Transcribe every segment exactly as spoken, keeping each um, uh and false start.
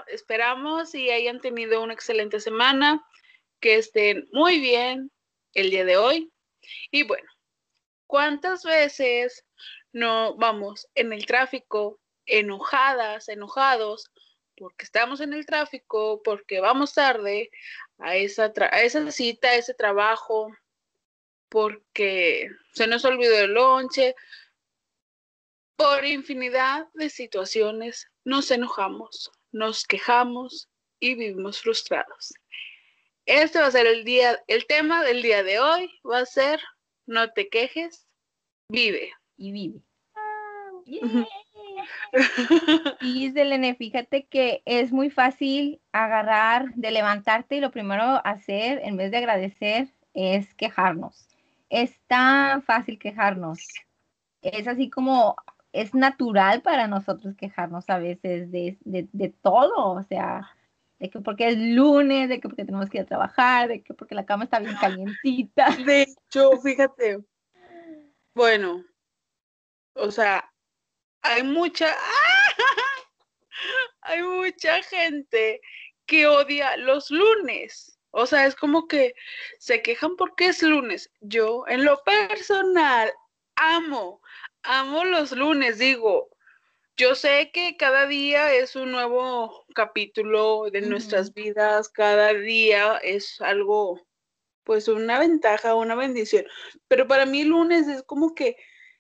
esperamos y hayan tenido una excelente semana, que estén muy bien el día de hoy. Y bueno, ¿cuántas veces no vamos en el tráfico enojadas, enojados, porque estamos en el tráfico, porque vamos tarde a esa, a esa cita, a ese trabajo, porque se nos olvidó el lonche? Por infinidad de situaciones nos enojamos, nos quejamos y vivimos frustrados. Este va a ser el día, el tema del día de hoy va a ser no te quejes, vive. Y vive. Ah, yeah. Y Selene, fíjate que es muy fácil agarrar de levantarte y lo primero a hacer en vez de agradecer es quejarnos. Es tan fácil quejarnos. Es así como es natural para nosotros quejarnos a veces de, de, de todo, o sea, de que porque es lunes, de que porque tenemos que ir a trabajar, de que porque la cama está bien calientita. De hecho, fíjate, bueno, o sea, hay mucha, hay mucha gente que odia los lunes. O sea, es como que se quejan porque es lunes. Yo, en lo personal, amo, amo los lunes, digo. Yo sé que cada día es un nuevo capítulo de nuestras Uh-huh. vidas, cada día es algo, pues una ventaja, una bendición. Pero para mí el lunes es como que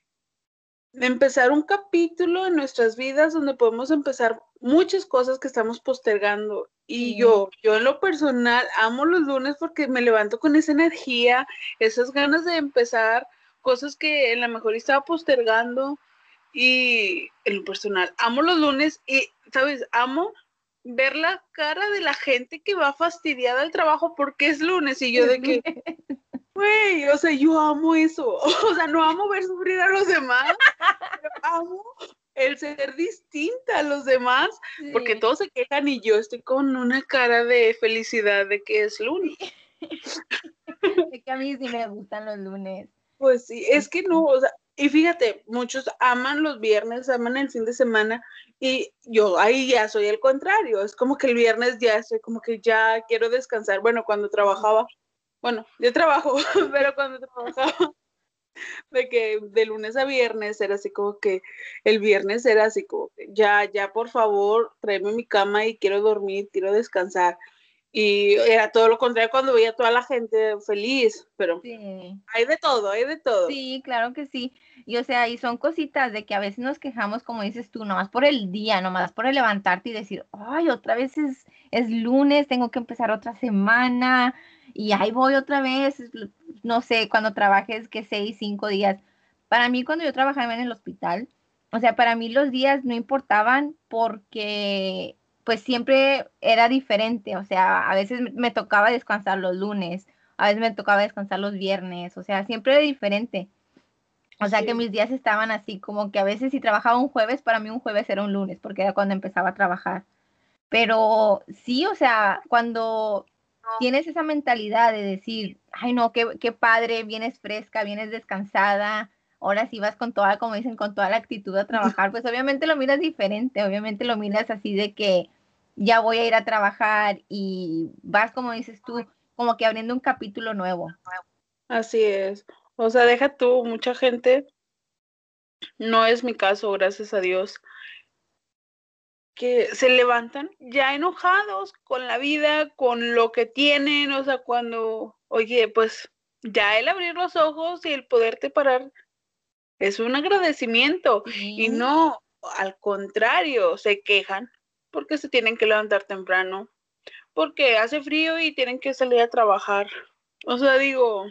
empezar un capítulo en nuestras vidas donde podemos empezar muchas cosas que estamos postergando. Y Sí. yo, yo en lo personal amo los lunes porque me levanto con esa energía, esas ganas de empezar cosas que en la mejor estaba postergando. Y en lo personal amo los lunes y, ¿sabes? Amo ver la cara de la gente que va fastidiada al trabajo porque es lunes y yo Es de que, lunes. güey, o sea, yo amo eso. O sea, no amo ver sufrir a los demás, pero amo el ser distinta a los demás, porque Sí, todos se quejan y yo estoy con una cara de felicidad de que es lunes. sí. Es que a mí sí me gustan los lunes. Pues sí, es que no, o sea, y fíjate, muchos aman los viernes, aman el fin de semana, y yo ahí ya soy el contrario, es como que el viernes ya estoy como que ya quiero descansar. Bueno, cuando trabajaba, bueno, yo trabajo, pero cuando trabajaba de que de lunes a viernes era así como que el viernes era así como que ya, ya por favor, tráeme mi cama y quiero dormir, quiero descansar. Y era todo lo contrario cuando veía a toda la gente feliz, pero Sí. hay de todo, hay de todo. Sí, claro que sí. Y o sea, y son cositas de que a veces nos quejamos, como dices tú, nomás por el día, nomás por el levantarte y decir, ay, otra vez es, es lunes, tengo que empezar otra semana, y ahí voy otra vez, no sé, cuando trabajes que seis, cinco días. Para mí, cuando yo trabajaba en el hospital, o sea, para mí los días no importaban porque pues siempre era diferente, o sea, a veces me tocaba descansar los lunes, a veces me tocaba descansar los viernes, o sea, siempre era diferente. O sea que Sí. mis días estaban así, como que a veces si trabajaba un jueves, para mí un jueves era un lunes, porque era cuando empezaba a trabajar. Pero sí, o sea, cuando tienes esa mentalidad de decir, ay no, qué, qué padre, vienes fresca, vienes descansada, ahora sí vas con toda, como dicen, con toda la actitud a trabajar, pues obviamente lo miras diferente, obviamente lo miras así de que ya voy a ir a trabajar y vas, como dices tú, como que abriendo un capítulo nuevo. Así es. O sea, deja tú, mucha gente, no es mi caso, gracias a Dios, que se levantan ya enojados con la vida, con lo que tienen, o sea, cuando, oye, pues ya el abrir los ojos y el poderte parar es un agradecimiento y Sí. no, al contrario, se quejan porque se tienen que levantar temprano, porque hace frío y tienen que salir a trabajar. O sea, digo,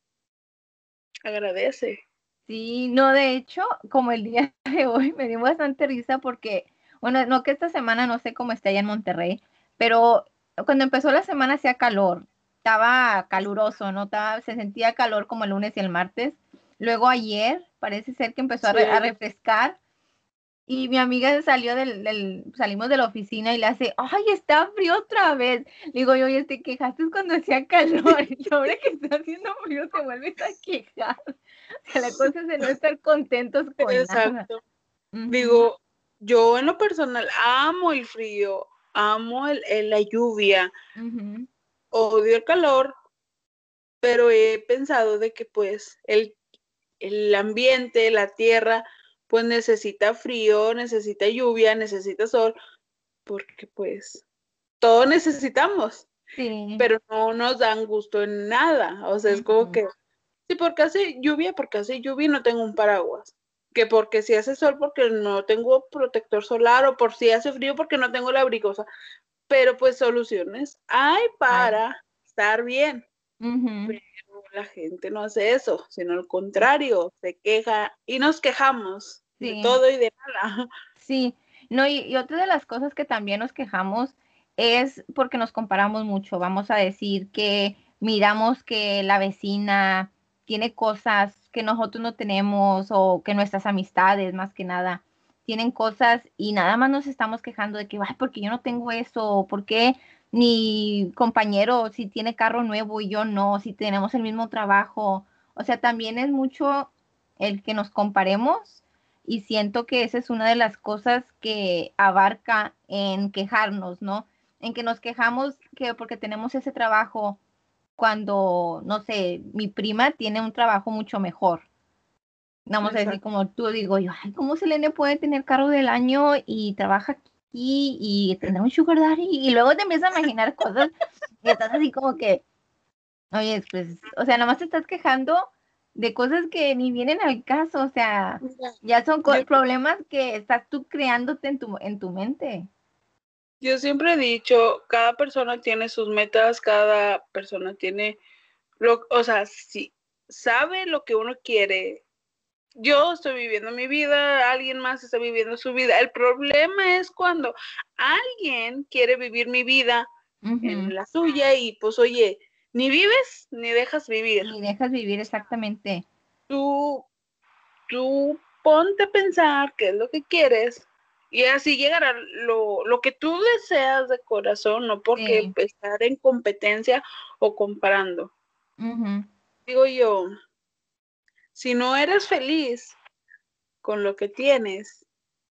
agradece. Sí, no, de hecho, como el día de hoy me dio bastante risa porque, bueno, no que esta semana no sé cómo está allá en Monterrey, pero cuando empezó la semana hacía calor, estaba caluroso, ¿no? Estaba, se sentía calor como el lunes y el martes. Luego ayer parece ser que empezó a, Sí, re- a refrescar y mi amiga salió del, del, salimos de la oficina y le hace, ay, está frío otra vez. Le digo yo, oye, te quejaste cuando hacía calor y ahora que está haciendo frío te vuelves a quejar. O sea, la cosa es de no estar contentos con nada. exacto. Ujú. Digo, yo en lo personal amo el frío. amo el, el- la lluvia, Ujú. odio el calor, pero he pensado de que pues el, el ambiente, la tierra, pues necesita frío, necesita lluvia, necesita sol, porque pues todo necesitamos, Sí. pero no nos dan gusto en nada. O sea, es como Ujú. que, sí, porque hace lluvia, porque hace lluvia y no tengo un paraguas. Que porque si hace sol, porque no tengo protector solar, o por si hace frío, porque no tengo el abrigo. O sea, pero pues soluciones hay Ay. para estar bien. Ujú. Pero la gente no hace eso, sino al contrario, se queja y nos quejamos de Sí. todo y de nada. Sí, no, y, y otra de las cosas que también nos quejamos es porque nos comparamos mucho. Vamos a decir que miramos que la vecina tiene cosas que nosotros no tenemos o que nuestras amistades, más que nada, tienen cosas y nada más nos estamos quejando de que, ay, porque yo no tengo eso, o porque mi compañero si tiene carro nuevo y yo no, si tenemos el mismo trabajo. O sea, también es mucho el que nos comparemos y siento que esa es una de las cosas que abarca en quejarnos, ¿no? En que nos quejamos que porque tenemos ese trabajo cuando, no sé, mi prima tiene un trabajo mucho mejor. Vamos a decir, Exacto. como tú digo yo, ay, ¿cómo Selene puede tener carro del año y trabaja aquí y tener un sugar daddy? Y luego te empiezas a imaginar cosas y estás así como que, oye, pues, o sea, nomás te estás quejando de cosas que ni vienen al caso, o sea, Mira, ya son Yo, co- problemas que estás tú creándote en tu, en tu mente. yo siempre he dicho, cada persona tiene sus metas, cada persona tiene lo, o sea, si sabe lo que uno quiere. Yo estoy viviendo mi vida, alguien más está viviendo su vida. El problema es cuando alguien quiere vivir mi vida Ujú. en la suya y pues oye, ni vives ni dejas vivir. Ni dejas vivir exactamente. Tú, tú ponte a pensar qué es lo que quieres y así llegará lo, lo que tú deseas de corazón, no porque Sí. estar en competencia o comparando. Ujú. Digo yo, si no eres feliz con lo que tienes,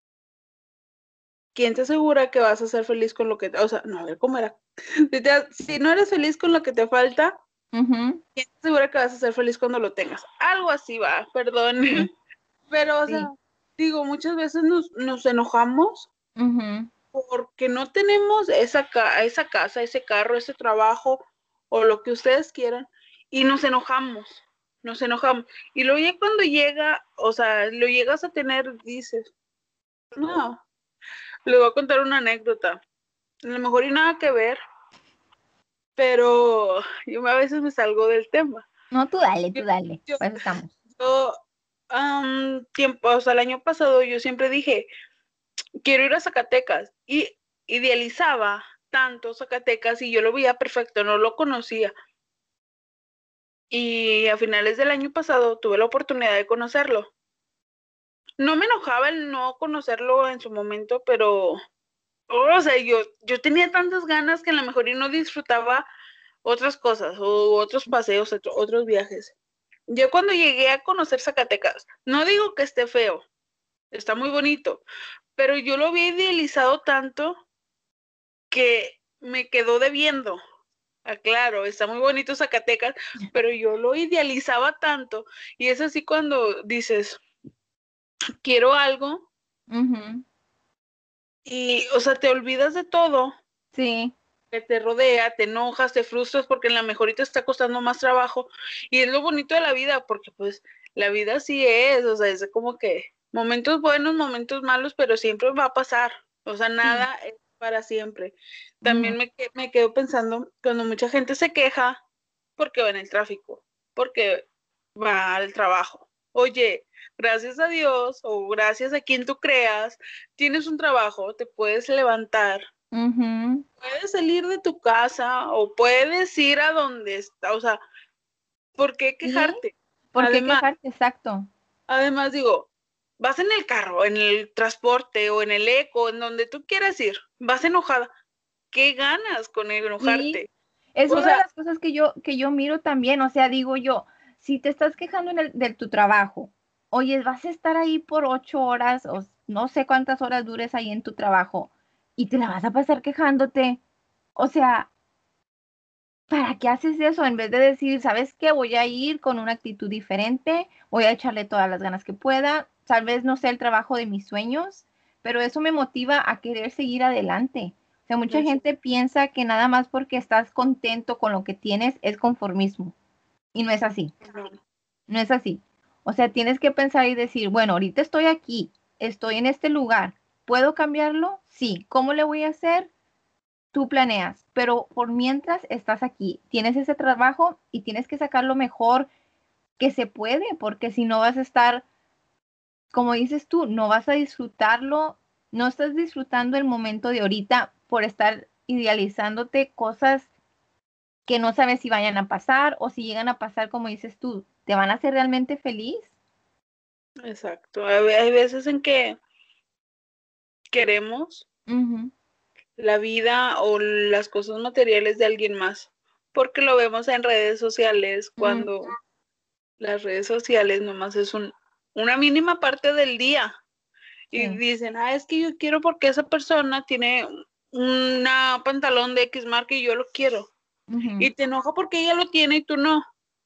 ¿quién te asegura que vas a ser feliz con lo que, o sea, no, a ver cómo era? Si, te- si no eres feliz con lo que te falta, Ujú. ¿quién te asegura que vas a ser feliz cuando lo tengas? Algo así va, perdón. Sí. Pero, o sea, Sí. digo, muchas veces nos, nos enojamos Ujú. porque no tenemos esa, ca- esa casa, ese carro, ese trabajo o lo que ustedes quieran y nos enojamos, nos enojamos. Y luego ya cuando llega, o sea, lo llegas a tener, dices, no, le voy a contar una anécdota. A lo mejor y nada que ver, pero yo a veces me salgo del tema. No, tú dale, Yo, tú dale. yo, Para eso estamos. yo um, tiempo, o sea, el año pasado yo siempre dije, quiero ir a Zacatecas y idealizaba tanto Zacatecas y yo lo veía perfecto, no lo conocía. Y a finales del año pasado tuve la oportunidad de conocerlo. No me enojaba el no conocerlo en su momento, pero, o sea, yo, yo tenía tantas ganas que a lo mejor y no disfrutaba otras cosas o otros paseos, otro- otros viajes. Yo cuando llegué a conocer Zacatecas, no digo que esté feo, está muy bonito, pero yo lo había idealizado tanto que me quedó debiendo. Ah, claro, está muy bonito Zacatecas, pero yo lo idealizaba tanto y es así cuando dices, quiero algo Ujú. y, o sea, te olvidas de todo Sí. que te rodea, te enojas, te frustras porque en la mejorita te está costando más trabajo y es lo bonito de la vida porque pues la vida sí es, o sea, es como que momentos buenos, momentos malos, pero siempre va a pasar, o sea, Sí. nada es para siempre. Ujú. También me, me quedo pensando cuando mucha gente se queja porque va en el tráfico, porque va al trabajo. Oye, gracias a Dios o gracias a quien tú creas, tienes un trabajo, te puedes levantar, Ujú. puedes salir de tu casa o puedes ir a donde está, o sea, ¿por qué Sí. quejarte? ¿Por qué Además, quejarte? Exacto. además digo, vas en el carro, en el transporte o en el eco, en donde tú quieras ir, vas enojada. ¿Qué ganas con Sí. enojarte? Es O una de sea, las cosas que yo, que yo miro también, o sea, digo yo, si te estás quejando en el, de tu trabajo, oye, vas a estar ahí por ocho horas o no sé cuántas horas dures ahí en tu trabajo, y te la vas a pasar quejándote. O sea, ¿para qué haces eso? En vez de decir, ¿sabes qué? Voy a ir con una actitud diferente, voy a echarle todas las ganas que pueda, tal vez no sea el trabajo de mis sueños, pero eso me motiva a querer seguir adelante. O sea, mucha Eso. gente piensa que nada más porque estás contento con lo que tienes es conformismo. Y no es así, No. no es así. O sea, tienes que pensar y decir, bueno, ahorita estoy aquí, estoy en este lugar, ¿puedo cambiarlo? Sí. ¿Cómo le voy a hacer? Tú planeas, pero por mientras estás aquí, tienes ese trabajo y tienes que sacar lo mejor que se puede, porque si no vas a estar, como dices tú, no vas a disfrutarlo, no estás disfrutando el momento de ahorita por estar idealizándote cosas que no sabes si vayan a pasar o si llegan a pasar, como dices tú, ¿te van a hacer realmente feliz? Exacto. Hay hay veces en que queremos Ujú, la vida o las cosas materiales de alguien más, porque lo vemos en redes sociales, mm, cuando las redes sociales nomás es un, una mínima parte del día y sí. dicen, ah, es que yo quiero porque esa persona tiene una pantalón de X marca y yo lo quiero. Ujú, Y te enoja porque ella lo tiene y tú no.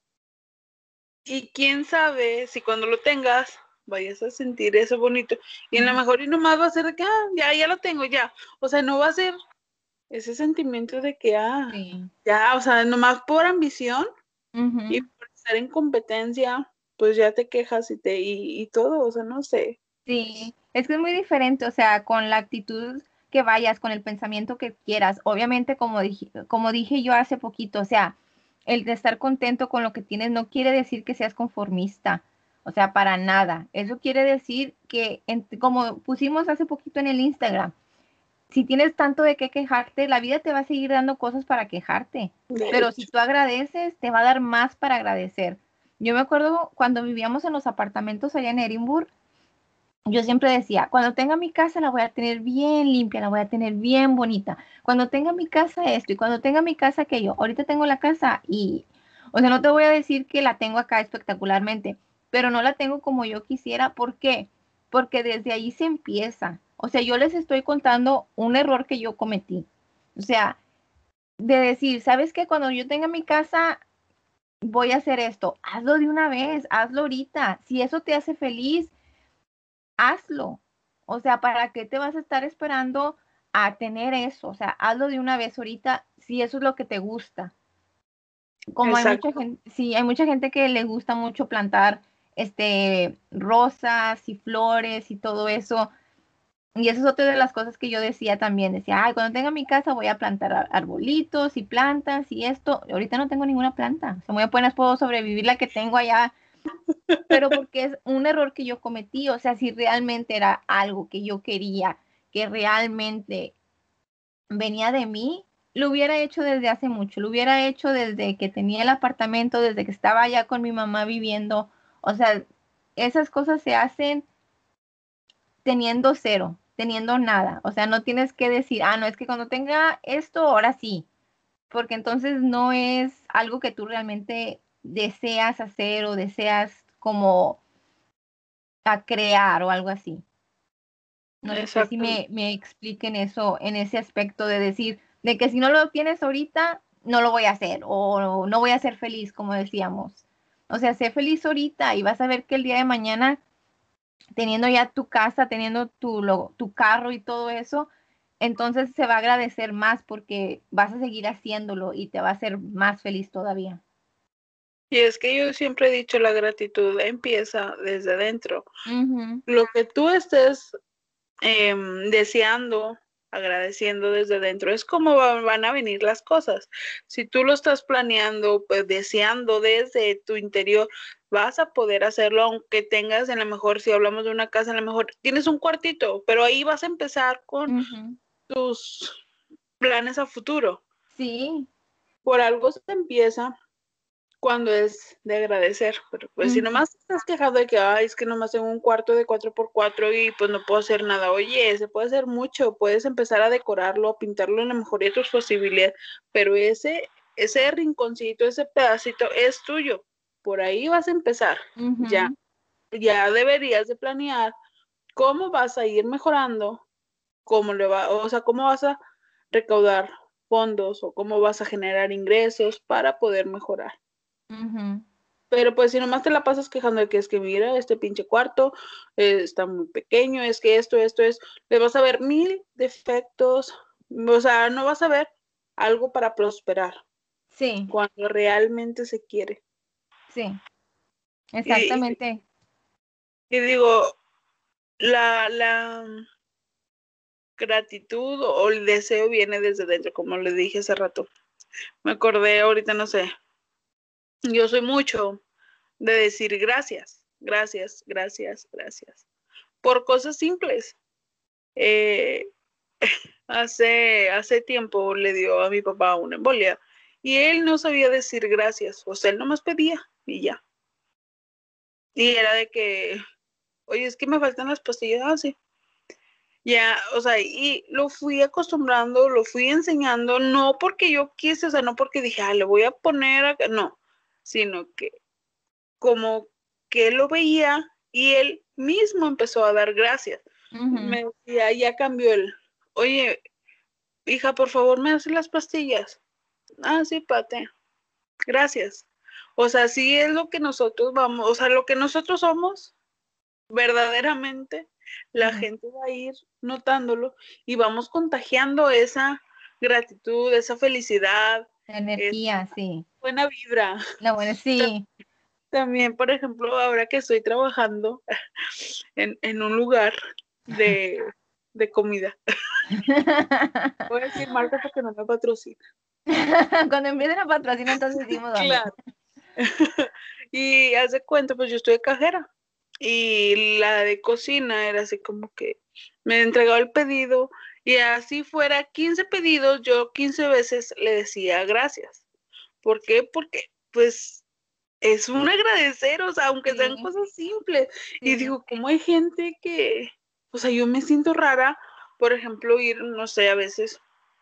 Y quién sabe si cuando lo tengas vayas a sentir eso bonito. Y en lo ujú, mejor y nomás va a ser de que, ah, ya, ya lo tengo, ya. O sea, no va a ser ese sentimiento de que, ah, sí. ya, o sea, nomás por ambición y Ujú. por estar en competencia, pues ya te quejas y te, y, y todo, o sea, no sé. Sí, es que es muy diferente, o sea, con la actitud que vayas, con el pensamiento que quieras. Obviamente, como dije, como dije yo hace poquito, o sea, el de estar contento con lo que tienes no quiere decir que seas conformista, o sea, para nada. Eso quiere decir que, en- como pusimos hace poquito en el Instagram, si tienes tanto de qué quejarte, la vida te va a seguir dando cosas para quejarte, De pero si hecho, tú agradeces, te va a dar más para agradecer. Yo me acuerdo cuando vivíamos en los apartamentos allá en Edimburgo, yo siempre decía, cuando tenga mi casa la voy a tener bien limpia, la voy a tener bien bonita. Cuando tenga mi casa esto y cuando tenga mi casa aquello. Ahorita tengo la casa y, o sea, no te voy a decir que la tengo acá espectacularmente, pero no la tengo como yo quisiera. ¿Por qué? Porque desde ahí se empieza. O sea, yo les estoy contando un error que yo cometí. O sea, de decir, ¿sabes qué? Cuando yo tenga mi casa voy a hacer esto. Hazlo de una vez, hazlo ahorita. Si eso te hace feliz, hazlo. O sea, ¿para qué te vas a estar esperando a tener eso? O sea, hazlo de una vez ahorita si eso es lo que te gusta. Como hay mucha exacto. gente, sí, hay mucha gente que le gusta mucho plantar este rosas y flores y todo eso. Y eso es otra de las cosas que yo decía también. Decía, ay, cuando tenga mi casa voy a plantar ar- arbolitos y plantas y esto. Ahorita no tengo ninguna planta. O sea, muy apenas puedo sobrevivir la que tengo allá, pero porque es un error que yo cometí, o sea, si realmente era algo que yo quería, que realmente venía de mí, lo hubiera hecho desde hace mucho, lo hubiera hecho desde que tenía el apartamento, desde que estaba allá con mi mamá viviendo, o sea, esas cosas se hacen teniendo cero, teniendo nada, o sea, no tienes que decir, ah, no, es que cuando tenga esto, ahora sí, porque entonces no es algo que tú realmente deseas hacer o deseas como a crear o algo así. No sé si Exacto. me, me expliquen eso en ese aspecto de decir, de que si no lo tienes ahorita, no lo voy a hacer o no voy a ser feliz, como decíamos. O sea, sé feliz ahorita y vas a ver que el día de mañana, teniendo ya tu casa, teniendo tu, lo- tu carro y todo eso, entonces se va a agradecer más porque vas a seguir haciéndolo y te va a hacer más feliz todavía. Y es que yo siempre he dicho, la gratitud empieza desde dentro. Ujú, Lo que tú estés eh, deseando, agradeciendo desde dentro, es como va, van a venir las cosas. Si tú lo estás planeando, pues deseando desde tu interior, vas a poder hacerlo, aunque tengas, en lo mejor, si hablamos de una casa, en lo mejor tienes un cuartito, pero ahí vas a empezar con ujú. tus planes a futuro. Sí. Por algo se empieza cuando es de agradecer, pero pues si Ujú, nomás te estás quejando de que, ay, es que nomás tengo un cuarto de cuatro por cuatro y pues no puedo hacer nada, oye, se puede hacer mucho, puedes empezar a decorarlo, a pintarlo en la mejoría de tus posibilidades, pero ese, ese rinconcito, ese pedacito es tuyo, por ahí vas a empezar, ya, ujú. ya deberías de planear cómo vas a ir mejorando cómo le va, o sea, cómo vas a recaudar fondos o cómo vas a generar ingresos para poder mejorar. Ujú. Pero pues si nomás te la pasas quejando de que es que mira, este pinche cuarto eh, está muy pequeño, es que esto, esto es, le vas a ver mil defectos, o sea, no vas a ver algo para prosperar Sí, cuando realmente se quiere. sí, Y, exactamente. y digo, la, la gratitud o el deseo viene desde dentro, como le dije hace rato. Me acordé ahorita, no sé, yo soy mucho de decir gracias, gracias, gracias, gracias, por cosas simples. Eh, hace, hace tiempo le dio a mi papá una embolia y él no sabía decir gracias, o sea, él nomás pedía y ya. Y era de que, oye, es que me faltan las pastillas, ah, sí. Ya, o sea, y lo fui acostumbrando, lo fui enseñando, no porque yo quise, o sea, no porque dije, ah, le voy a poner acá, no, sino que como que él lo veía y él mismo empezó a dar gracias. Ujú. Me decía, ya cambió el, oye, hija, por favor, me hace las pastillas. Ah, sí, Pate, gracias. O sea, sí es lo que nosotros vamos, o sea, lo que nosotros somos, verdaderamente, la Ujú. gente va a ir notándolo y vamos contagiando esa gratitud, esa felicidad, La esa energía, sí. buena vibra. La buena, sí. También, por ejemplo, ahora que estoy trabajando en, en un lugar de, de comida, voy a decir marca porque no me patrocina. Cuando empiecen a patrocinar, entonces decimos dónde. Claro. Y haz de cuenta, pues yo estoy de cajera y la de cocina era así como que me entregaba el pedido y así fuera quince pedidos, yo quince veces le decía gracias. ¿Por qué? Porque pues es un agradecer, o sea, aunque sean Sí, cosas simples. Y sí. digo, ¿cómo hay gente que, o sea, yo me siento rara, por ejemplo, ir, no sé, a veces,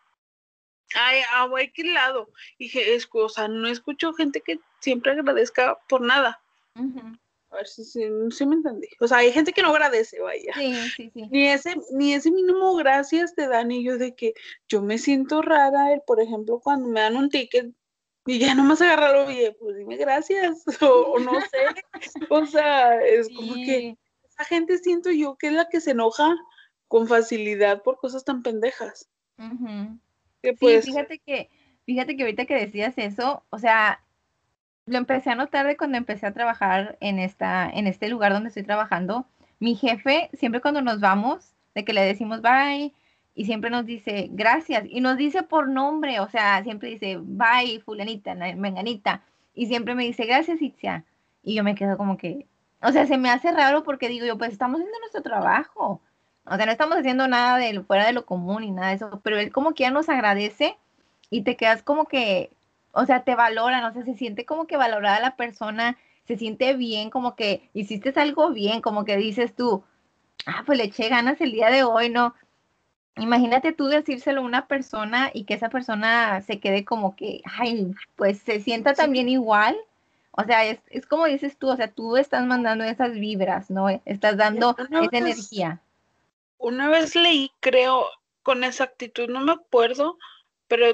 ay, a cualquier lado, y que es, o sea, no escucho gente que siempre agradezca por nada. Ujú. A ver si, si, si me entendí. O sea, hay gente que no agradece, vaya. Sí, sí, sí. Ni ese, ni ese mínimo gracias te dan y yo de que yo me siento rara, el, por ejemplo, cuando me dan un ticket y ya nomás agarrarlo bien, pues dime gracias, o, o no sé, o sea, es como que Sí. esa gente siento yo que es la que se enoja con facilidad por cosas tan pendejas, Ujú. que Sí, pues, fíjate que, fíjate que ahorita que decías eso, o sea, lo empecé a notar de cuando empecé a trabajar en esta, en este lugar donde estoy trabajando. Mi jefe, siempre cuando nos vamos, de que le decimos bye, y siempre nos dice gracias, y nos dice por nombre, o sea, siempre dice bye, fulanita, na- menganita, y siempre me dice gracias, Itzia. Y yo me quedo como que, o sea, se me hace raro porque digo yo, pues estamos haciendo nuestro trabajo. O sea, no estamos haciendo nada de lo- fuera de lo común y nada de eso, pero él como que ya nos agradece y te quedas como que, o sea, te valoran, o sea, se siente como que valorada la persona, se siente bien, como que hiciste algo bien, como que dices tú, ah, pues le eché ganas el día de hoy, ¿no? Imagínate tú decírselo a una persona y que esa persona se quede como que, ay, pues se sienta sí, también igual. O sea, es, es como dices tú, o sea, tú estás mandando esas vibras, ¿no? Estás dando una esa vez, energía. una vez leí, creo, con exactitud, no me acuerdo, pero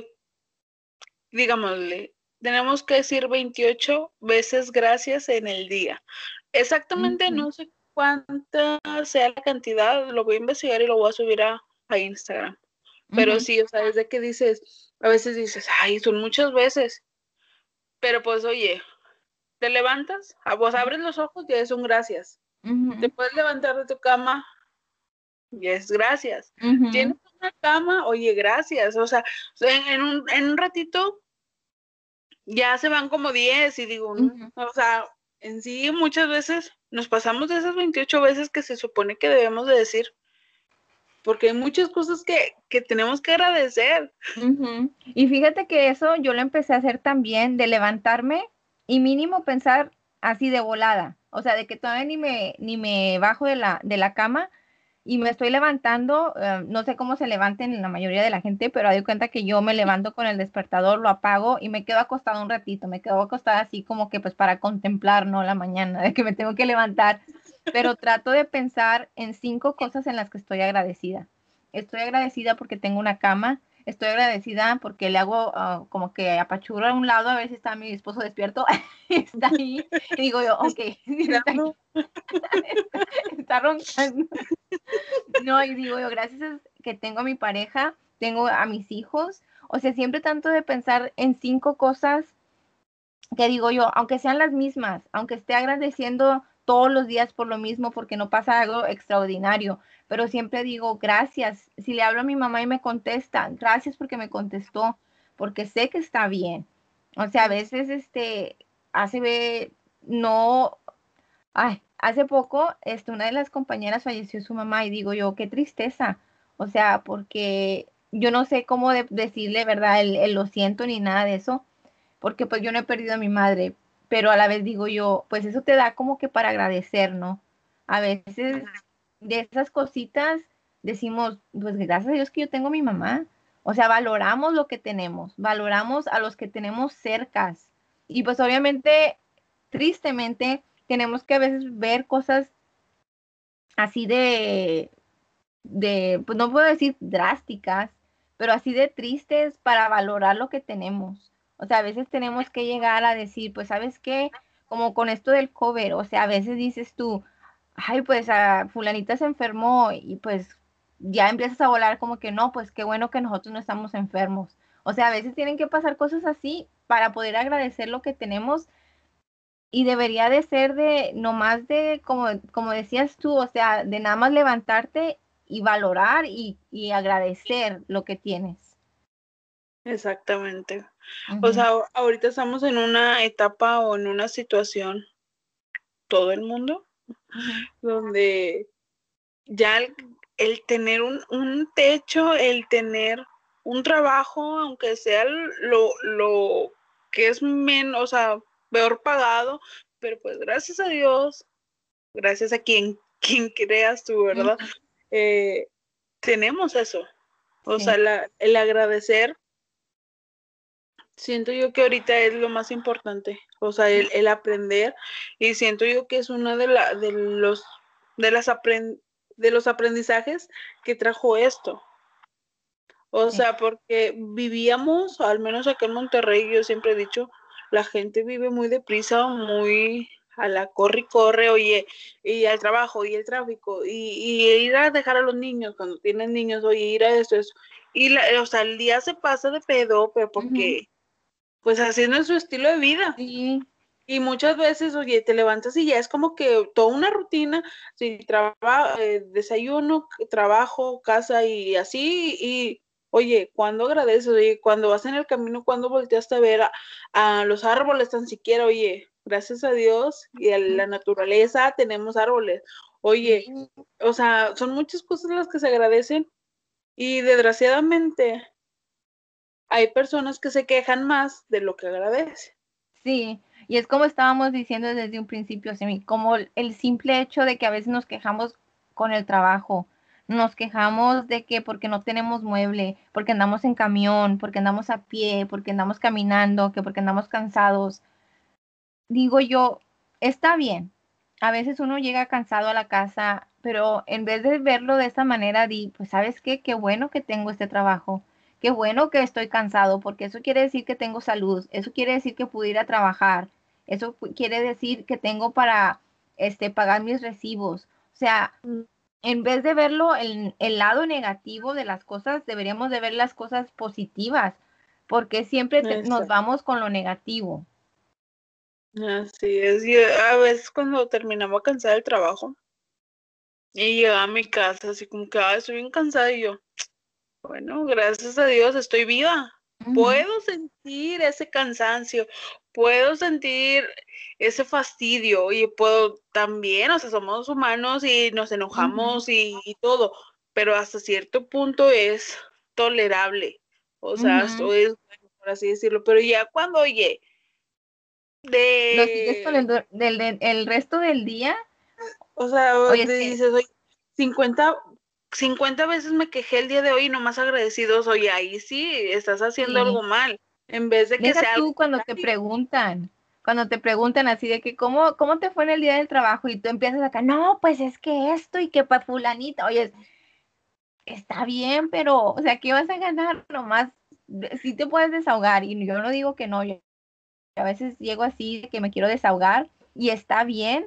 digámosle, tenemos que decir veintiocho veces gracias en el día. Exactamente Ujú, no sé cuánta sea la cantidad, lo voy a investigar y lo voy a subir a, a Instagram. Pero ujú, sí, o sea, desde que dices, a veces dices, ay, son muchas veces, pero pues oye, te levantas, a vos abres los ojos y es un gracias. Te ujú, puedes levantar de tu cama y es gracias. ujú, Tienes una cama, oye, gracias. O sea, en, en un, en un ratito ya se van como diez y digo, no, ujú. o sea, en sí muchas veces nos pasamos de esas veintiocho veces que se supone que debemos de decir, porque hay muchas cosas que, que tenemos que agradecer. Ujú. Y fíjate que eso yo lo empecé a hacer también, de levantarme y mínimo pensar así de volada, o sea, de que todavía ni me, ni me bajo de la, de la cama y me estoy levantando, eh, no sé cómo se levanten la mayoría de la gente, pero doy cuenta que yo me levanto con el despertador, lo apago y me quedo acostada un ratito, me quedo acostada así como que pues para contemplar, ¿no? La mañana, de que me tengo que levantar, pero trato de pensar en cinco cosas en las que estoy agradecida. estoy agradecida porque tengo una cama, estoy agradecida porque le hago uh, como que apachurro a un lado a ver si está mi esposo despierto, está ahí, y digo yo, ok, está, aquí, está, está roncando. No, y digo yo, gracias que tengo a mi pareja, tengo a mis hijos, o sea, siempre tanto de pensar en cinco cosas que digo yo, aunque sean las mismas, aunque esté agradeciendo todos los días por lo mismo, porque no pasa algo extraordinario, pero siempre digo gracias. Si le hablo a mi mamá y me contesta, gracias porque me contestó, porque sé que está bien. O sea, a veces, este, hace, ve, no, ay, hace poco, este, una de las compañeras falleció su mamá y digo yo, qué tristeza. O sea, porque yo no sé cómo de- decirle, ¿verdad? El, el lo siento ni nada de eso porque pues yo no he perdido a mi madre, pero a la vez digo yo, pues eso te da como que para agradecer, ¿no? A veces de esas cositas decimos, pues gracias a Dios que yo tengo a mi mamá. O sea, valoramos lo que tenemos, valoramos a los que tenemos cercas. Y pues obviamente, tristemente, tenemos que a veces ver cosas así de, de, pues no puedo decir drásticas, pero así de tristes para valorar lo que tenemos. O sea, a veces tenemos que llegar a decir, pues, ¿sabes qué? Como con esto del cover, o sea, a veces dices tú, ay, pues a fulanita se enfermó y pues ya empiezas a volar como que no, pues qué bueno que nosotros no estamos enfermos. O sea, a veces tienen que pasar cosas así para poder agradecer lo que tenemos y debería de ser de, no más de, como, como decías tú, o sea, de nada más levantarte y valorar y, y agradecer lo que tienes. Exactamente. O Ujú, sea, a- ahorita estamos en una etapa o en una situación, todo el mundo, ujú, donde ya el, el tener un, un techo, el tener un trabajo, aunque sea lo, lo que es menos, o sea, peor pagado, pero pues gracias a Dios, gracias a quien, quien creas tú, ¿verdad? ujú, Eh, tenemos eso. O sea, sí, la, el agradecer, siento yo que ahorita es lo más importante. O sea, el, el aprender, y siento yo que es una de, la, de los de las aprend, de los aprendizajes que trajo esto. O sí. sea, porque vivíamos, al menos acá en Monterrey, yo siempre he dicho, la gente vive muy deprisa, muy a la corre y corre, oye, y al trabajo, y el tráfico, y, y ir a dejar a los niños cuando tienen niños, oye, ir a esto, eso. Y, la, o sea, el día se pasa de pedo, pero Ujú, porque, pues así es nuestro estilo de vida. sí, Y muchas veces, oye, te levantas y ya es como que toda una rutina, si trabajo, eh, desayuno, trabajo, casa y así, y oye, cuando agradeces, oye, cuando vas en el camino, cuando volteaste a ver a, a los árboles tan siquiera, oye, gracias a Dios y a la naturaleza tenemos árboles, oye, sí, o sea, son muchas cosas las que se agradecen y desgraciadamente hay personas que se quejan más de lo que agradecen. sí. Y es como estábamos diciendo desde un principio, Semi, como el el simple hecho de que a veces nos quejamos con el trabajo, nos quejamos de que porque no tenemos mueble, porque andamos en camión, porque andamos a pie, porque andamos caminando, que porque andamos cansados. Digo yo, está bien. A veces uno llega cansado a la casa, pero en vez de verlo de esa manera, di, pues sabes qué, qué bueno que tengo este trabajo, qué bueno que estoy cansado, porque eso quiere decir que tengo salud, eso quiere decir que pude ir a trabajar, eso pu- quiere decir que tengo para este, pagar mis recibos. O sea, en vez de verlo el, el lado negativo de las cosas, deberíamos de ver las cosas positivas, porque siempre te- nos Exacto. vamos con lo negativo. Así es, y a veces cuando terminaba cansada del trabajo y llegaba a mi casa así como que, ah, estoy bien cansada y yo, bueno, gracias a Dios estoy viva. Ujú, Puedo sentir ese cansancio, puedo sentir ese fastidio y puedo también, o sea, somos humanos y nos ujú. enojamos y, y todo, pero hasta cierto punto es tolerable, o sea, Ujú. esto es, bueno, por así decirlo, pero ya cuando, oye, Lo sigues con de el, du- del, del- el resto del día. o sea, Oye, es te que dices, oye, cincuenta cincuenta veces me quejé el día de hoy y nomás agradecidos, oye, ahí sí, estás haciendo algo sí, mal, en vez de que deja sea algo tú cuando te contrario. preguntan, cuando te preguntan así de que cómo, cómo te fue en el día del trabajo y tú empiezas acá, no, pues es que esto y que para fulanita, oye, está bien, pero, o sea, ¿qué vas a ganar? Nomás, sí te puedes desahogar, y yo no digo que no, yo a veces llego así, de que me quiero desahogar, y está bien.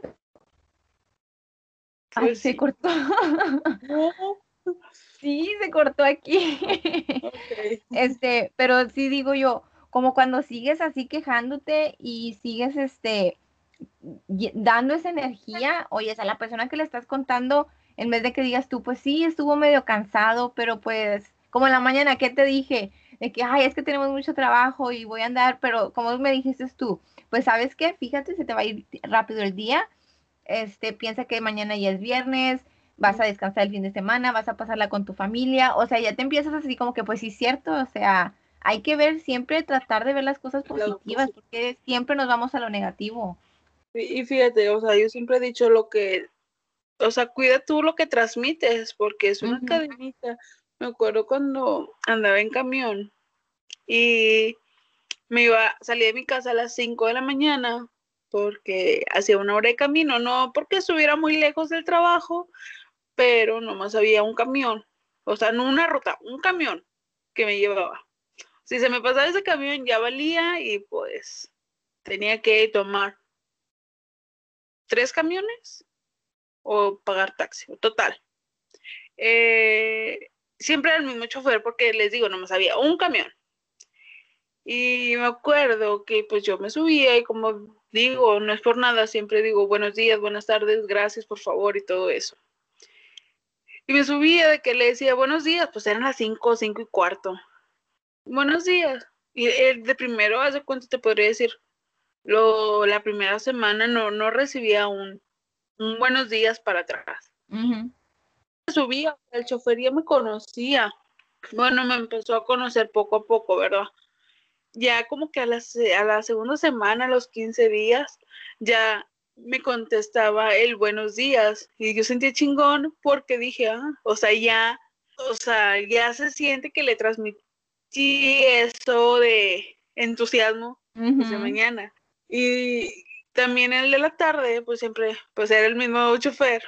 Ay, Pues se sí. cortó. No, Sí, se cortó aquí. ok. Este, pero sí digo yo, como cuando sigues así quejándote y sigues este y- dando esa energía, oye, a la persona que le estás contando, en vez de que digas tú, pues sí, estuvo medio cansado, pero pues, como en la mañana que te dije, de que, ay, es que tenemos mucho trabajo y voy a andar, pero como me dijiste tú, pues sabes qué, fíjate, se te va a ir rápido el día, este, piensa que mañana ya es viernes, vas a descansar el fin de semana, vas a pasarla con tu familia, o sea, ya te empiezas así como que, pues sí, cierto, o sea, hay que ver siempre, tratar de ver las cosas Lado positivas, positivo. porque siempre nos vamos a lo negativo. Y y fíjate, o sea, yo siempre he dicho lo que, o sea, cuida tú lo que transmites, porque es una Ujú, cadenita. Me acuerdo cuando andaba en camión y me iba, salí de mi casa a las cinco de la mañana porque hacía una hora de camino, no porque estuviera muy lejos del trabajo, pero nomás había un camión, o sea, no una ruta, un camión que me llevaba. Si se me pasaba ese camión ya valía y pues tenía que tomar tres camiones o pagar taxi, total. Eh, siempre era el mismo chofer porque les digo, nomás había un camión. Y me acuerdo que pues yo me subía y como digo, no es por nada, siempre digo buenos días, buenas tardes, gracias por favor y todo eso. Y me subía de que le decía buenos días, pues eran las cinco, cinco y cuarto. Buenos días. Y el de primero, ¿hace cuánto te podría decir? Lo, la primera semana no, no recibía un, un buenos días para atrás. ujú. Subía, el chofer ya me conocía. Bueno, me empezó a conocer poco a poco, ¿verdad? Ya como que a la, a la segunda semana, a los quince días, ya me contestaba el buenos días y yo sentía chingón porque dije, ah, o sea, ya, o sea, ya se siente que le transmití eso de entusiasmo desde Ujú, mañana. Y también el de la tarde, pues siempre, pues era el mismo chofer.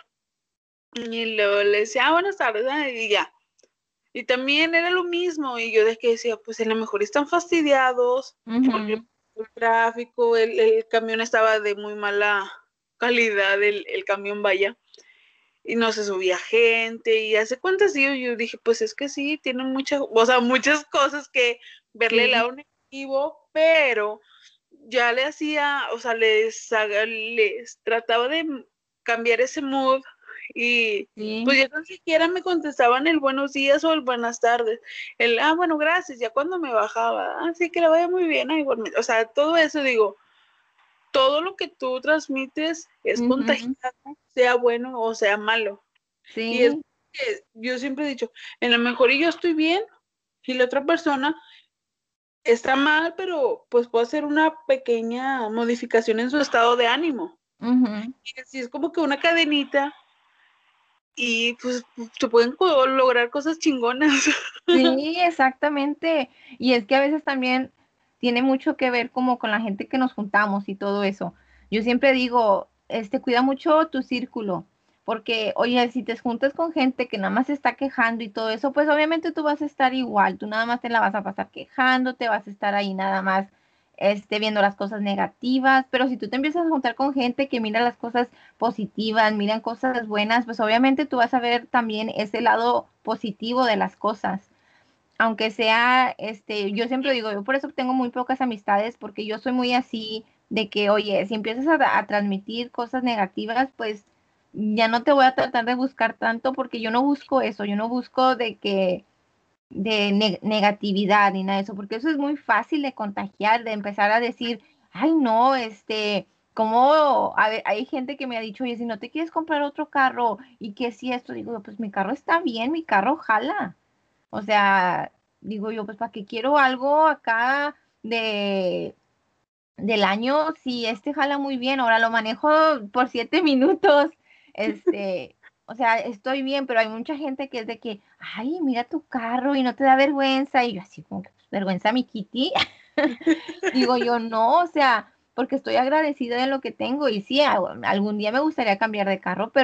Y luego le decía, ah, buenas tardes, ah, y ya. Y también era lo mismo, y yo de que decía, pues a lo mejor están fastidiados, porque ujú. el tráfico, el, el camión estaba de muy mala calidad, el, el camión vaya, y no se subía gente, y hace cuántas días yo dije, pues es que sí, tienen muchas, o sea, muchas cosas que verle el Sí, lado negativo, pero ya le hacía, o sea, les, les trataba de cambiar ese mood y pues sí. ya ni siquiera me contestaban el buenos días o el buenas tardes. El, ah, bueno, gracias, ya cuando me bajaba, ah, sí, que le vaya muy bien, ah, igualmente. O sea, todo eso digo, todo lo que tú transmites es Ujú, contagiado, sea bueno o sea malo. Y es sí. que yo siempre he dicho, en lo mejor y yo estoy bien y la otra persona está mal, pero pues puede hacer una pequeña modificación en su estado de ánimo. Ujú. Y así es como que una cadenita y pues se pueden lograr cosas chingonas. Sí, exactamente. Y es que a veces también tiene mucho que ver como con la gente que nos juntamos y todo eso. Yo siempre digo, este, cuida mucho tu círculo, porque, oye, si te juntas con gente que nada más se está quejando y todo eso, pues obviamente tú vas a estar igual, tú nada más te la vas a pasar quejando, te vas a estar ahí nada más, este, viendo las cosas negativas, pero si tú te empiezas a juntar con gente que mira las cosas positivas, miran cosas buenas, pues obviamente tú vas a ver también ese lado positivo de las cosas, aunque sea, este, yo siempre digo, yo por eso tengo muy pocas amistades, porque yo soy muy así de que, oye, si empiezas a, a transmitir cosas negativas, pues ya no te voy a tratar de buscar tanto, porque yo no busco eso, yo no busco de que, de ne- negatividad ni nada de eso, porque eso es muy fácil de contagiar, de empezar a decir, ay, no, este, como a ver, hay gente que me ha dicho, oye, si no te quieres comprar otro carro y que si esto, digo, pues mi carro está bien, mi carro jala. O sea, digo yo, pues para qué quiero algo acá de del año si este jala muy bien, ahora lo manejo por siete minutos, este, o sea, estoy bien, pero hay mucha gente que es de que, ay, mira tu carro y no te da vergüenza, y yo así como que, "Pues, vergüenza mi Kitty". Digo yo, no, o sea, porque estoy agradecida de lo que tengo y sí, algún día me gustaría cambiar de carro, pero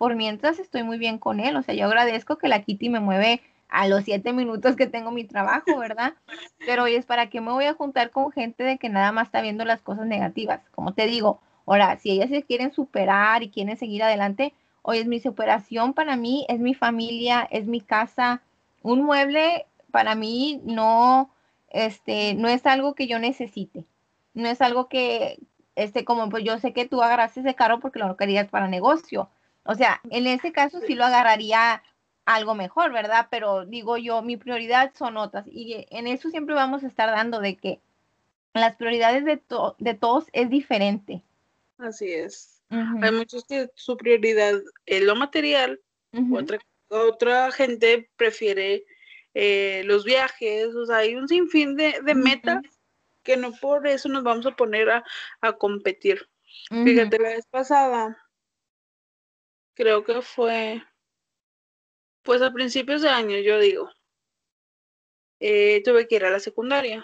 por mientras estoy muy bien con él. O sea, yo agradezco que la Kitty me mueve a los siete minutos que tengo mi trabajo, ¿verdad? Pero oye, es para qué me voy a juntar con gente de que nada más está viendo las cosas negativas. Como te digo, ahora, si ellas se quieren superar y quieren seguir adelante, oye, mi superación para mí es mi familia, es mi casa. Un mueble para mí no, este, no es algo que yo necesite. No es algo que, este, como pues yo sé que tú agarraste ese carro porque lo querías para negocio. O sea, en ese caso sí lo agarraría algo mejor, ¿verdad? Pero digo yo, mi prioridad son otras. Y en eso siempre vamos a estar dando de que las prioridades de, to de todos es diferente. Así es. Uh Hay -huh. muchos que su prioridad es lo material, Uh -huh. otra, otra gente prefiere eh, los viajes, o sea, hay un sinfín de, de Uh -huh. metas que no por eso nos vamos a poner a, a competir. Uh -huh. Fíjate, la vez pasada, creo que fue, pues a principios de año, yo digo, eh, tuve que ir a la secundaria.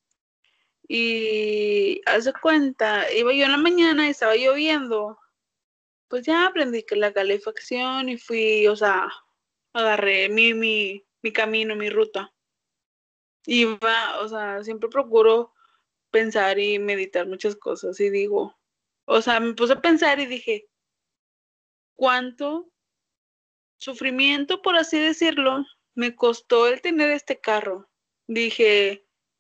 Y hace cuenta, iba yo en la mañana y estaba lloviendo. Pues ya aprendí que la calefacción y fui, o sea, agarré mi, mi, mi camino, mi ruta. Iba, o sea, siempre procuro pensar y meditar muchas cosas y digo, o sea, me puse a pensar y dije, ¿cuánto sufrimiento, por así decirlo, me costó el tener este carro? Dije,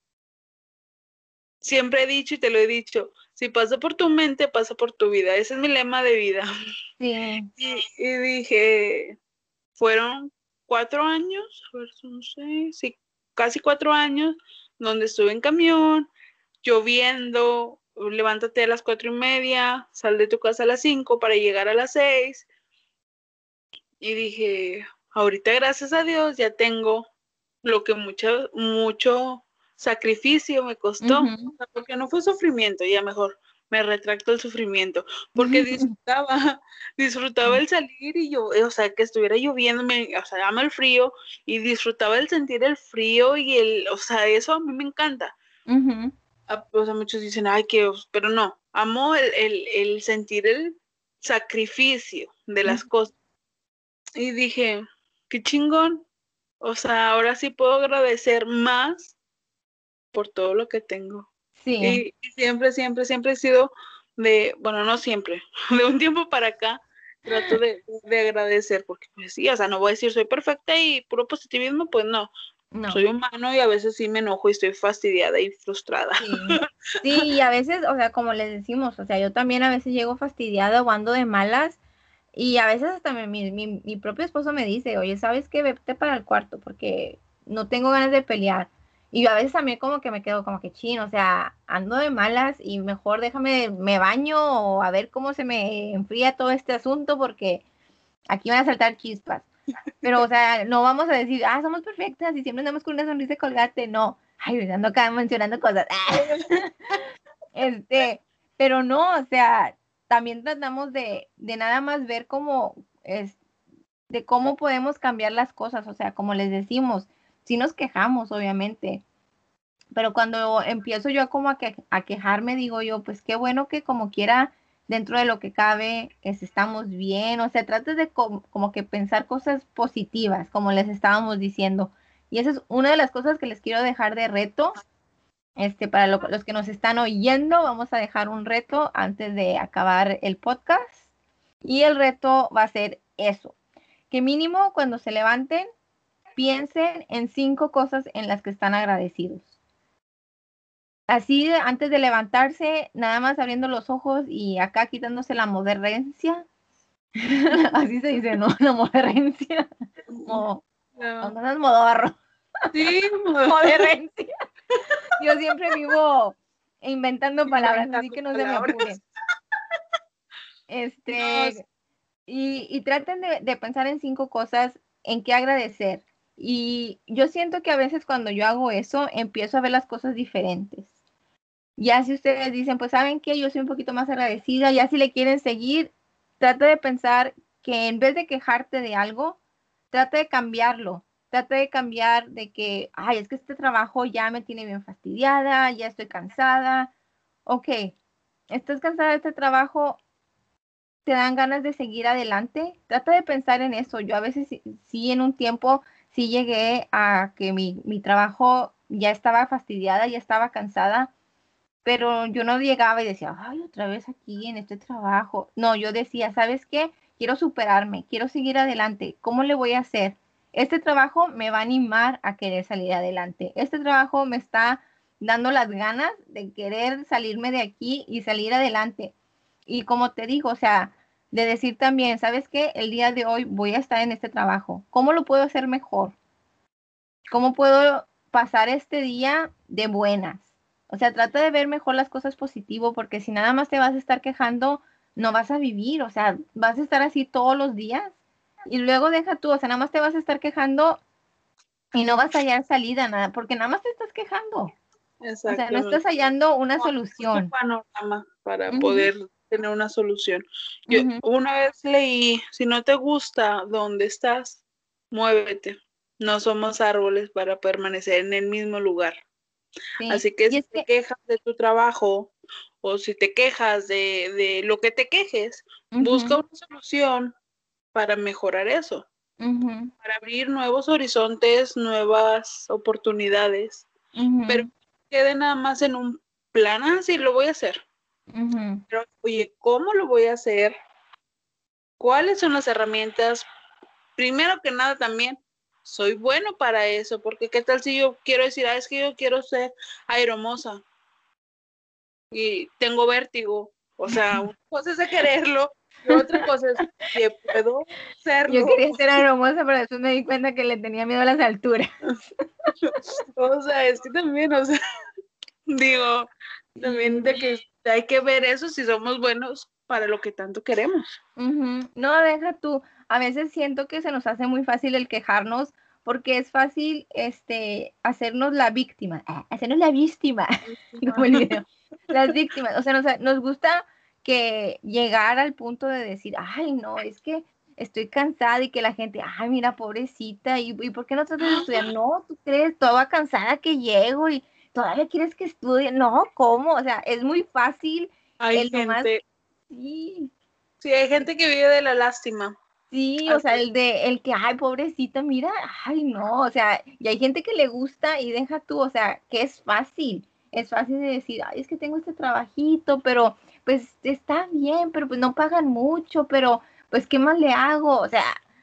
siempre he dicho y te lo he dicho, si pasa por tu mente, pasa por tu vida. Ese es mi lema de vida. Sí. Y, y dije, fueron cuatro años, a ver, no sé, sí, casi cuatro años, donde estuve en camión, lloviendo, levántate a las cuatro y media, sal de tu casa a las cinco para llegar a las seis. Y dije, ahorita gracias a Dios ya tengo lo que mucho, mucho sacrificio me Uh costó, -huh. o sea, porque no fue sufrimiento, ya mejor me retracto el sufrimiento, porque disfrutaba, disfrutaba el salir y yo, o sea, que estuviera lloviendo, me, o sea, amo el frío y disfrutaba el sentir el frío y el, o sea, eso a mí me encanta. Uh -huh. O sea, muchos dicen, ay, que, pero no, amo el, el, el sentir el sacrificio de Uh -huh. las cosas. Y dije, qué chingón, o sea, ahora sí puedo agradecer más por todo lo que tengo. Sí. Y, y siempre, siempre, siempre he sido de, bueno, no siempre, de un tiempo para acá, trato de, de agradecer, porque pues sí, o sea, no voy a decir soy perfecta y puro positivismo, pues no, No. soy humano y a veces sí me enojo y estoy fastidiada y frustrada. Sí. Sí, y a veces, o sea, como les decimos, o sea, yo también a veces llego fastidiada o ando de malas. Y a veces hasta mi, mi, mi, mi propio esposo me dice, oye, ¿sabes qué? Vete para el cuarto porque no tengo ganas de pelear. Y yo a veces también como que me quedo como que chino, o sea, ando de malas y mejor déjame, me baño o a ver cómo se me enfría todo este asunto porque aquí van a saltar chispas. Pero, o sea, no vamos a decir, ah, somos perfectas y siempre andamos con una sonrisa de colgate. No, ay, ando acá mencionando cosas. Este, pero no, o sea, también tratamos de, de nada más ver cómo es, de cómo podemos cambiar las cosas, o sea, como les decimos, sí nos quejamos, obviamente, pero cuando empiezo yo como a, que, a quejarme, digo yo, pues qué bueno que como quiera, dentro de lo que cabe, es, estamos bien, o sea, trates de com, como que pensar cosas positivas, como les estábamos diciendo, y esa es una de las cosas que les quiero dejar de reto. Este, para lo, los que nos están oyendo, vamos a dejar un reto antes de acabar el podcast. Y el reto va a ser eso, que mínimo cuando se levanten, piensen en cinco cosas en las que están agradecidos. Así, antes de levantarse, nada más abriendo los ojos y acá quitándose la modernencia. Así se dice, ¿no? La modernencia. Mo, No. no es modorro. Sí, Modernencia. Yo siempre vivo inventando palabras, así inventando que no se me palabras. apuren. No, Este, y, y traten de, de pensar en cinco cosas en qué agradecer. Y yo siento que a veces cuando yo hago eso, empiezo a ver las cosas diferentes. Ya si ustedes dicen, pues saben que yo soy un poquito más agradecida, ya si le quieren seguir, trata de pensar que en vez de quejarte de algo, trata de cambiarlo. Trata de cambiar de que, ay, es que este trabajo ya me tiene bien fastidiada, ya estoy cansada. Ok, estás cansada de este trabajo, te dan ganas de seguir adelante. Trata de pensar en eso. Yo a veces sí, sí en un tiempo sí llegué a que mi, mi trabajo ya estaba fastidiada, ya estaba cansada, pero yo no llegaba y decía, ay, otra vez aquí en este trabajo. No, yo decía, ¿sabes qué? Quiero superarme, quiero seguir adelante. ¿Cómo le voy a hacer? Este trabajo me va a animar a querer salir adelante. Este trabajo me está dando las ganas de querer salirme de aquí y salir adelante. Y como te digo, o sea, de decir también, ¿sabes qué? El día de hoy voy a estar en este trabajo. ¿Cómo lo puedo hacer mejor? ¿Cómo puedo pasar este día de buenas? O sea, trata de ver mejor las cosas positivo, porque si nada más te vas a estar quejando, no vas a vivir, o sea, vas a estar así todos los días y luego deja tú, o sea, nada más te vas a estar quejando y no vas a hallar salida, nada, porque nada más te estás quejando. O sea, no estás Exactamente. hallando una No, es un solución. panorama para Ujú, poder tener una solución. Yo ujú, una vez leí, si no te gusta donde estás, muévete. No somos árboles para permanecer en el mismo lugar. sí, Así que y si es te que, quejas de tu trabajo o si te quejas de, de lo que te quejes, busca ujú, una solución para mejorar eso, ujú, para abrir nuevos horizontes, nuevas oportunidades, pero ujú, quede nada más en un plan, ah, sí, lo voy a hacer. ujú, Pero, oye, ¿cómo lo voy a hacer? ¿Cuáles son las herramientas? Primero que nada también, soy bueno para eso, porque qué tal si yo quiero decir, ah, es que yo quiero ser aeromoza y tengo vértigo, o sea, una cosa es de quererlo y otra cosa es que puedo yo hacerlo, quería ser hermosa, pero después me di cuenta que le tenía miedo a las alturas. o sea, es que también, o sea, digo, también de que hay que ver eso si somos buenos para lo que tanto queremos. Ujú. No, deja tú. A veces siento que se nos hace muy fácil el quejarnos porque es fácil este, hacernos la víctima, ah, hacernos la víctima, como el video. Las víctimas. O sea, nos, nos gusta que llegar al punto de decir, ay, no, es que estoy cansada y que la gente, ay, mira, pobrecita, ¿y, y por qué no tratas de estudiar? No, tú crees, toda cansada que llego y todavía quieres que estudie. No, ¿cómo? O sea, es muy fácil Hay el nomás, gente, sí. sí, hay gente que vive de la lástima. Sí, o Así sea, es. el de, el que, ay, pobrecita, mira, ay, no, o sea, y hay gente que le gusta y deja tú, o sea, que es fácil, es fácil de decir, ay, es que tengo este trabajito, pero pues está bien, pero pues no pagan mucho, pero pues, ¿qué más le hago? O sea,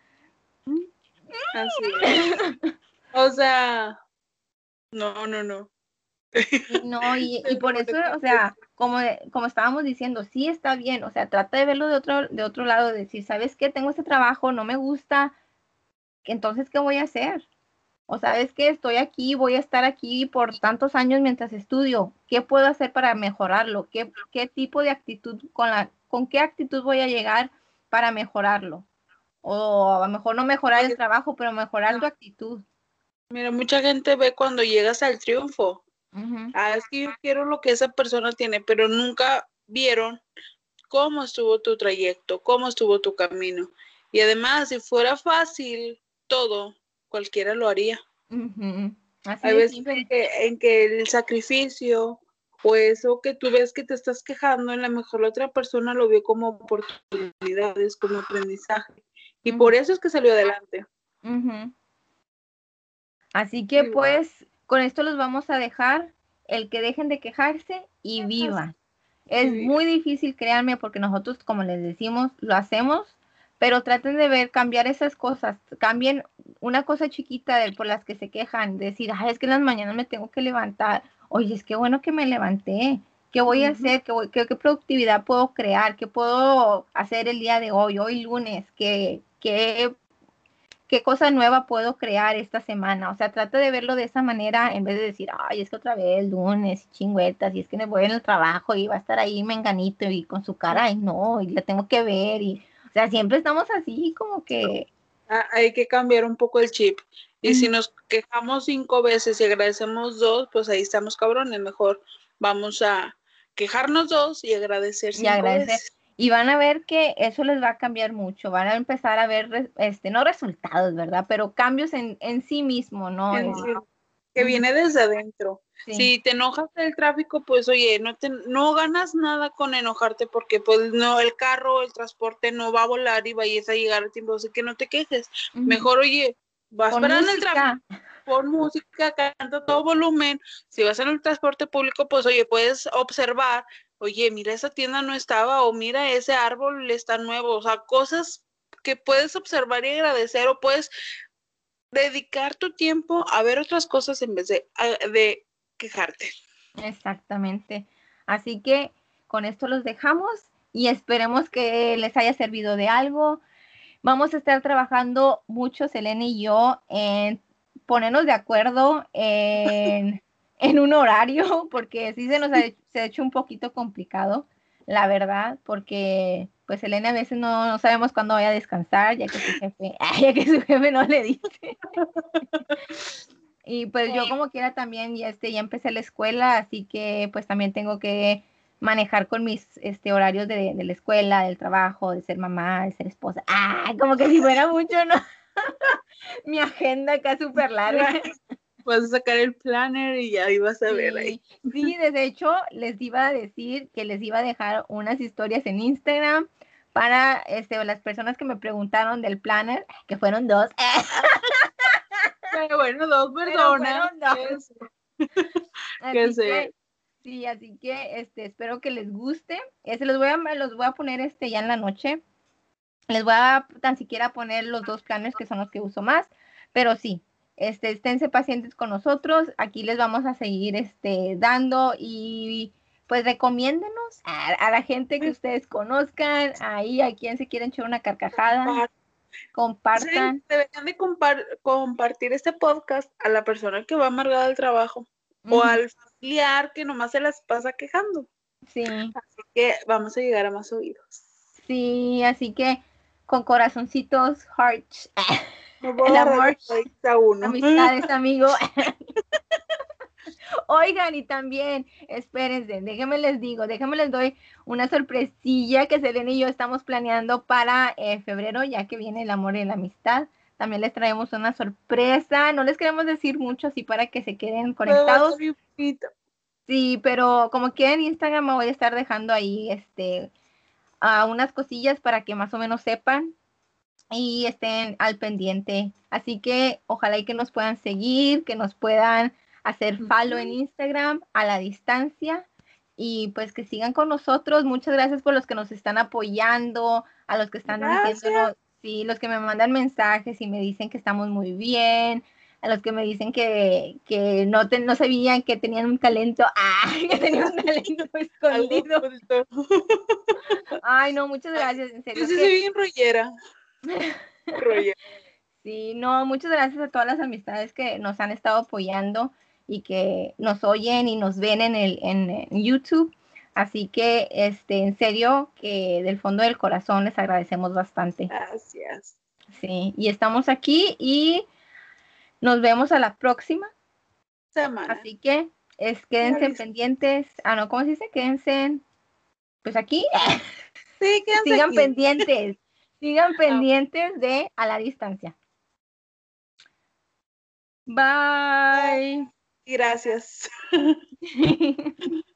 Así es. O sea, no, no, no. sí, no, y, y Pero por bueno, eso, ¿qué o crees? sea, como, de- como estábamos diciendo, sí está bien, o sea, trata de verlo de otro, de otro lado, de decir, ¿sabes qué? Tengo este trabajo, no me gusta, entonces, ¿qué voy a hacer? O sabes que estoy aquí, voy a estar aquí por tantos años mientras estudio. ¿Qué puedo hacer para mejorarlo? ¿Qué, qué tipo de actitud, con la, con qué actitud voy a llegar para mejorarlo? O a lo mejor no mejorar el Porque, trabajo, pero mejorar tu actitud. mira, mucha gente ve cuando llegas al triunfo. Ujú, Ah, es que yo quiero lo que esa persona tiene, pero nunca vieron cómo estuvo tu trayecto, cómo estuvo tu camino. Y además, si fuera fácil todo, cualquiera lo haría. ujú. Así Hay de veces en simple. que, en que el sacrificio o eso que tú ves que te estás quejando, en la mejor la otra persona lo vio como oportunidades, como aprendizaje. Y Ujú, por eso es que salió adelante. ujú. Así que Sí, pues con esto los vamos a dejar, el que dejen de quejarse y vivan. Es sí, muy difícil, créanme, porque nosotros, como les decimos, lo hacemos, pero traten de ver, cambiar esas cosas, cambien una cosa chiquita de, por las que se quejan, decir, ay, es que en las mañanas me tengo que levantar, oye, es que bueno que me levanté, ¿qué voy a ujú. hacer? ¿Qué, voy- qué, qué productividad puedo crear? ¿Qué puedo hacer el día de hoy, hoy lunes? ¿Qué, qué qué cosa nueva puedo crear esta semana? O sea, trata de verlo de esa manera en vez de decir, ay, es que otra vez lunes, chingüetas, y es que me voy en el trabajo y va a estar ahí menganito y con su cara, ay, no, y la tengo que ver, y, o sea, siempre estamos así como que, Ah, hay que cambiar un poco el chip. Y si ujú, nos quejamos cinco veces y agradecemos dos, pues ahí estamos cabrones. Mejor vamos a quejarnos dos y agradecer y cinco agradecer. veces. Y van a ver que eso les va a cambiar mucho, van a empezar a ver, re- este, no resultados, ¿verdad? Pero cambios en, en sí mismo, ¿no? En El, sí, que uh-huh. viene desde adentro. Sí. Si te enojas del tráfico, pues oye, no te, no ganas nada con enojarte porque pues no, el carro, el transporte no va a volar y vayas a llegar a tiempo, así que no te quejes. Uh-huh. Mejor, oye, vas parando el tráfico, pon música, canta todo volumen. Si vas en el transporte público, pues oye, puedes observar, oye, mira, esa tienda no estaba, o mira, ese árbol está nuevo, o sea, cosas que puedes observar y agradecer, o puedes dedicar tu tiempo a ver otras cosas en vez de, de quejarte. Exactamente. Así que con esto los dejamos y esperemos que les haya servido de algo. Vamos a estar trabajando mucho, Selene y yo, en ponernos de acuerdo en, en un horario, porque sí se nos ha hecho, se ha hecho un poquito complicado, la verdad, porque pues Selene a veces no, no sabemos cuándo vaya a descansar, ya que su jefe, ya que su jefe no le dice. Y pues yo como quiera también ya, este, ya empecé la escuela, así que pues también tengo que manejar con mis este, horarios de, de la escuela, del trabajo, de ser mamá, de ser esposa. ¡Ah! Como que si fuera mucho, ¿no? Mi agenda acá súper larga. Vas a sacar el planner y ya ibas a sí, ver ahí. Sí, de hecho, les iba a decir que les iba a dejar unas historias en Instagram para este, las personas que me preguntaron del planner, que fueron dos. Pero bueno, dos personas. Dos. Así que, sí, así que este, espero que les guste. Este, los voy a, los voy a poner este ya en la noche. Les voy a tan siquiera poner los dos planners que son los que uso más. Pero sí, este, esténse pacientes con nosotros. Aquí les vamos a seguir este, dando y pues recomiéndenos a, a la gente que ustedes conozcan, ahí a quien se quieren echar una carcajada. Compartan. Sí, deberían de compar compartir este podcast a la persona que va amargada del trabajo uh-huh. o al familiar que nomás se las pasa quejando. Sí. Así que vamos a llegar a más oídos. Sí, así que con corazoncitos, hearts, no el amor, a uno. amistades, amigo. Oigan, y también, espérense, déjenme les digo, déjenme les doy una sorpresilla que Selene y yo estamos planeando para eh, febrero, ya que viene el amor y la amistad. También les traemos una sorpresa, no les queremos decir mucho, así para que se queden conectados. Sí, pero como que en Instagram me voy a estar dejando ahí, este, uh, unas cosillas para que más o menos sepan y estén al pendiente. Así que ojalá y que nos puedan seguir, que nos puedan hacer follow en Instagram a la distancia y pues que sigan con nosotros. Muchas gracias por los que nos están apoyando, a los que están diciéndonos, sí, los que me mandan mensajes y me dicen que estamos muy bien, a los que me dicen que, que no, te, no sabían que tenían un talento, ah, que tenían un talento escondido. Ay, no, muchas gracias, en serio. Yo sí soy bien rollera. Rollera. Sí, no, muchas gracias a todas las amistades que nos han estado apoyando y que nos oyen y nos ven en, el, en, en YouTube. Así que, este, en serio, que del fondo del corazón les agradecemos bastante. Gracias. Sí, y estamos aquí y nos vemos a la próxima semana. Así que, es, quédense Gracias. pendientes. Ah, no, ¿cómo se dice? Quédense, pues aquí. Sí, quédense Sigan aquí. pendientes. Sigan pendientes de A la Distancia. Bye. Gracias.